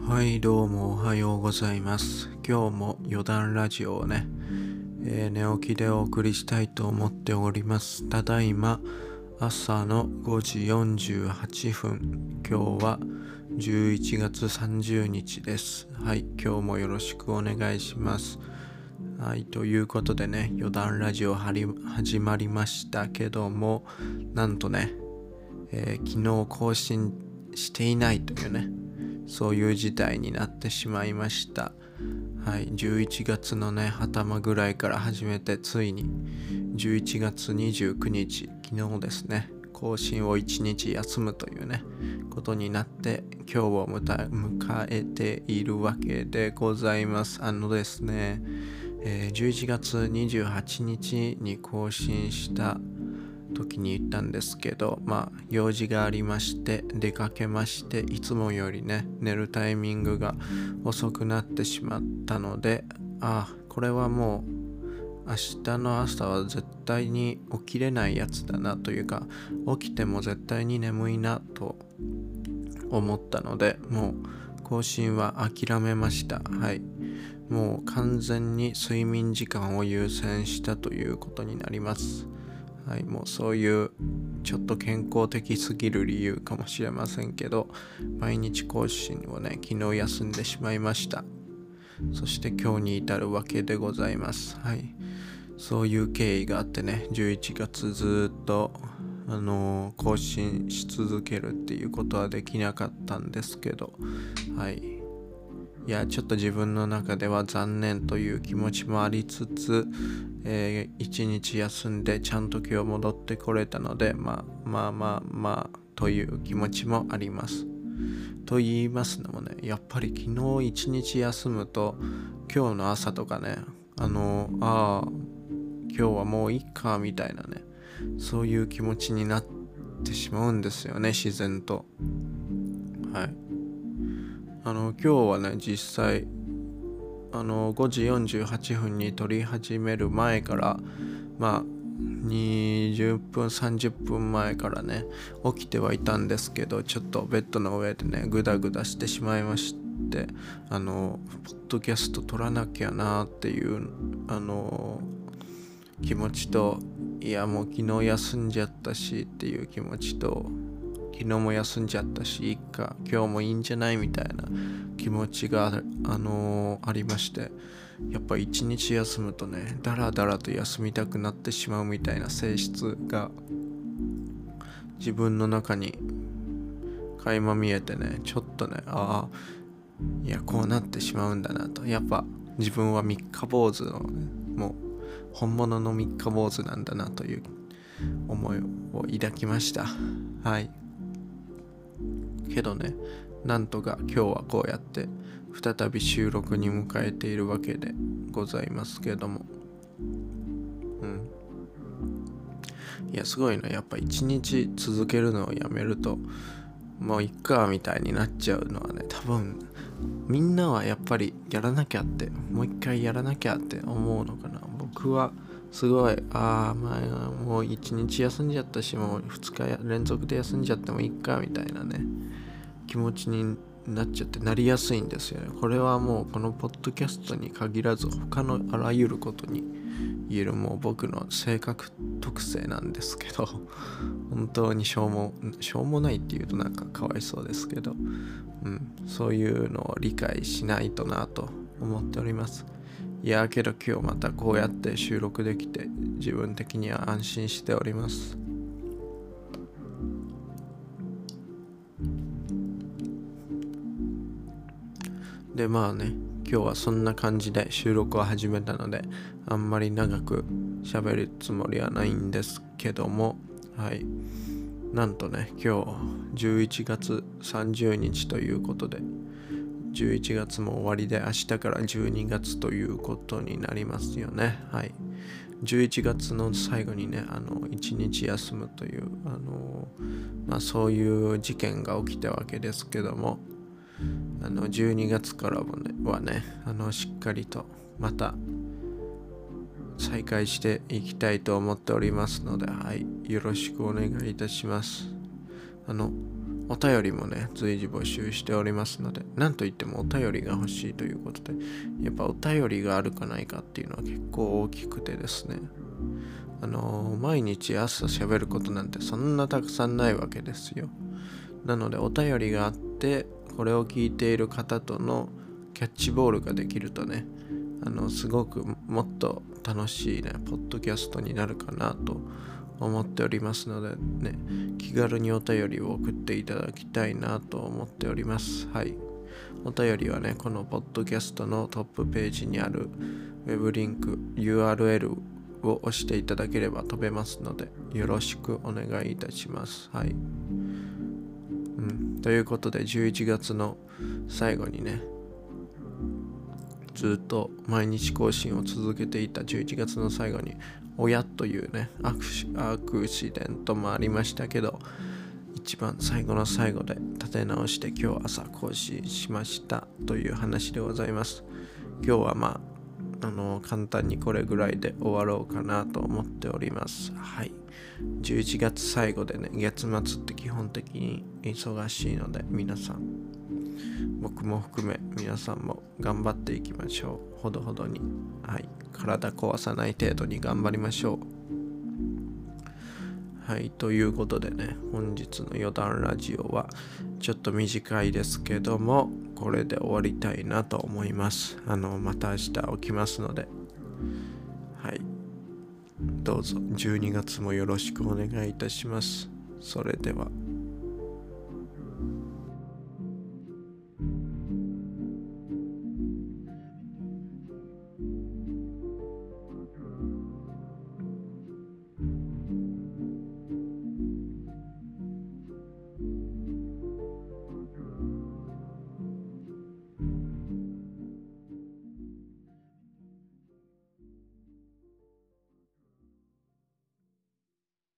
はい、どうもおはようございます。今日も余談ラジオをね、寝起きでお送りしたいと思っております。ただいま朝の5時48分。今日は11月30日です。はい、今日もよろしくお願いします。はい、ということでね、余談ラジオ始まりましたけども、なんとね、昨日更新していないというね、そういう事態になってしまいました。はい、11月のね、頭ぐらいから始めて、ついに11月29日、昨日ですね、更新を1日休むというね、ことになって、今日を迎えているわけでございます。ですね、11月28日に更新した時に言ったんですけど、用事がありまして出かけまして、いつもよりね寝るタイミングが遅くなってしまったので、これはもう明日の朝は絶対に起きれないやつだなというか、起きても絶対に眠いなと思ったので、もう更新は諦めました。はい、もう完全に睡眠時間を優先したということになります。はい、もうそういうちょっと健康的すぎる理由かもしれませんけど、毎日更新をね昨日休んでしまいました。そして今日に至るわけでございます。はい、そういう経緯があってね、11月ずっと更新し続けるっていうことはできなかったんですけど、はい、いやちょっと自分の中では残念という気持ちもありつつ、一日休んでちゃんと今日戻ってこれたので、まあという気持ちもあります。と言いますのもね、やっぱり昨日一日休むと今日の朝とかね、今日はもういいかみたいなね、そういう気持ちになってしまうんですよね、自然と。はい、今日はね実際5時48分に撮り始める前から、20分30分前からね起きてはいたんですけど、ちょっとベッドの上でねグダグダしてしまいまして、ポッドキャスト撮らなきゃなっていう気持ちと、いやもう昨日休んじゃったしっていう気持ちと、昨日も休んじゃったしいいか今日もいいんじゃないみたいな気持ちがありまして、やっぱ一日休むとねだらだらと休みたくなってしまうみたいな性質が自分の中に垣間見えてね、ちょっとねいやこうなってしまうんだなと。やっぱ自分は三日坊主の、ね、もう本物の三日坊主なんだなという思いを抱きました。はい、けどね、なんとか今日はこうやって再び収録に迎えているわけでございますけども、いやすごいな、やっぱ一日続けるのをやめるともういっかみたいになっちゃうのはね、多分みんなはやっぱりやらなきゃって、もう一回やらなきゃって思うのかな。僕はすごいもう一日休んじゃったし、もう2日連続で休んじゃってもいいかみたいなね気持ちになっちゃってなりやすいんですよね。これはもうこのポッドキャストに限らず他のあらゆることに言えるもう僕の性格特性なんですけど、本当にしょうもないっていうとなんかかわいそうですけど、そういうのを理解しないとなと思っております。いやけど今日またこうやって収録できて自分的には安心しております。で今日はそんな感じで収録を始めたので、あんまり長く喋るつもりはないんですけども、はい、なんとね今日11月30日ということで、11月も終わりで明日から12月ということになりますよね。はい、11月の最後にね1日休むというそういう事件が起きたわけですけども、12月からはねしっかりとまた再開していきたいと思っておりますので、はい、よろしくお願いいたします。 お便りもね随時募集しておりますので、なんといってもお便りが欲しいということで、やっぱお便りがあるかないかっていうのは結構大きくてですね、毎日朝喋ることなんてそんなたくさんないわけですよ。なのでお便りがあって、これを聞いている方とのキャッチボールができるとね、すごくもっと楽しいねポッドキャストになるかなと思っておりますのでね、気軽にお便りを送っていただきたいなと思っております。はい。お便りはね、このポッドキャストのトップページにあるウェブリンク URL を押していただければ飛べますので、よろしくお願いいたします。はい。ということで11月の最後にね、ずっと毎日更新を続けていた11月の最後に親というねアクシデントもありましたけど、一番最後の最後で立て直して今日朝更新しましたという話でございます。今日は簡単にこれぐらいで終わろうかなと思っております。はい。11月最後でね、月末って基本的に忙しいので、皆さん、僕も含め皆さんも頑張っていきましょう。ほどほどに。はい。体壊さない程度に頑張りましょう。はい。ということでね、本日の余談ラジオはちょっと短いですけども、これで終わりたいなと思います。また明日起きますので、はい。どうぞ12月もよろしくお願いいたします。それでは。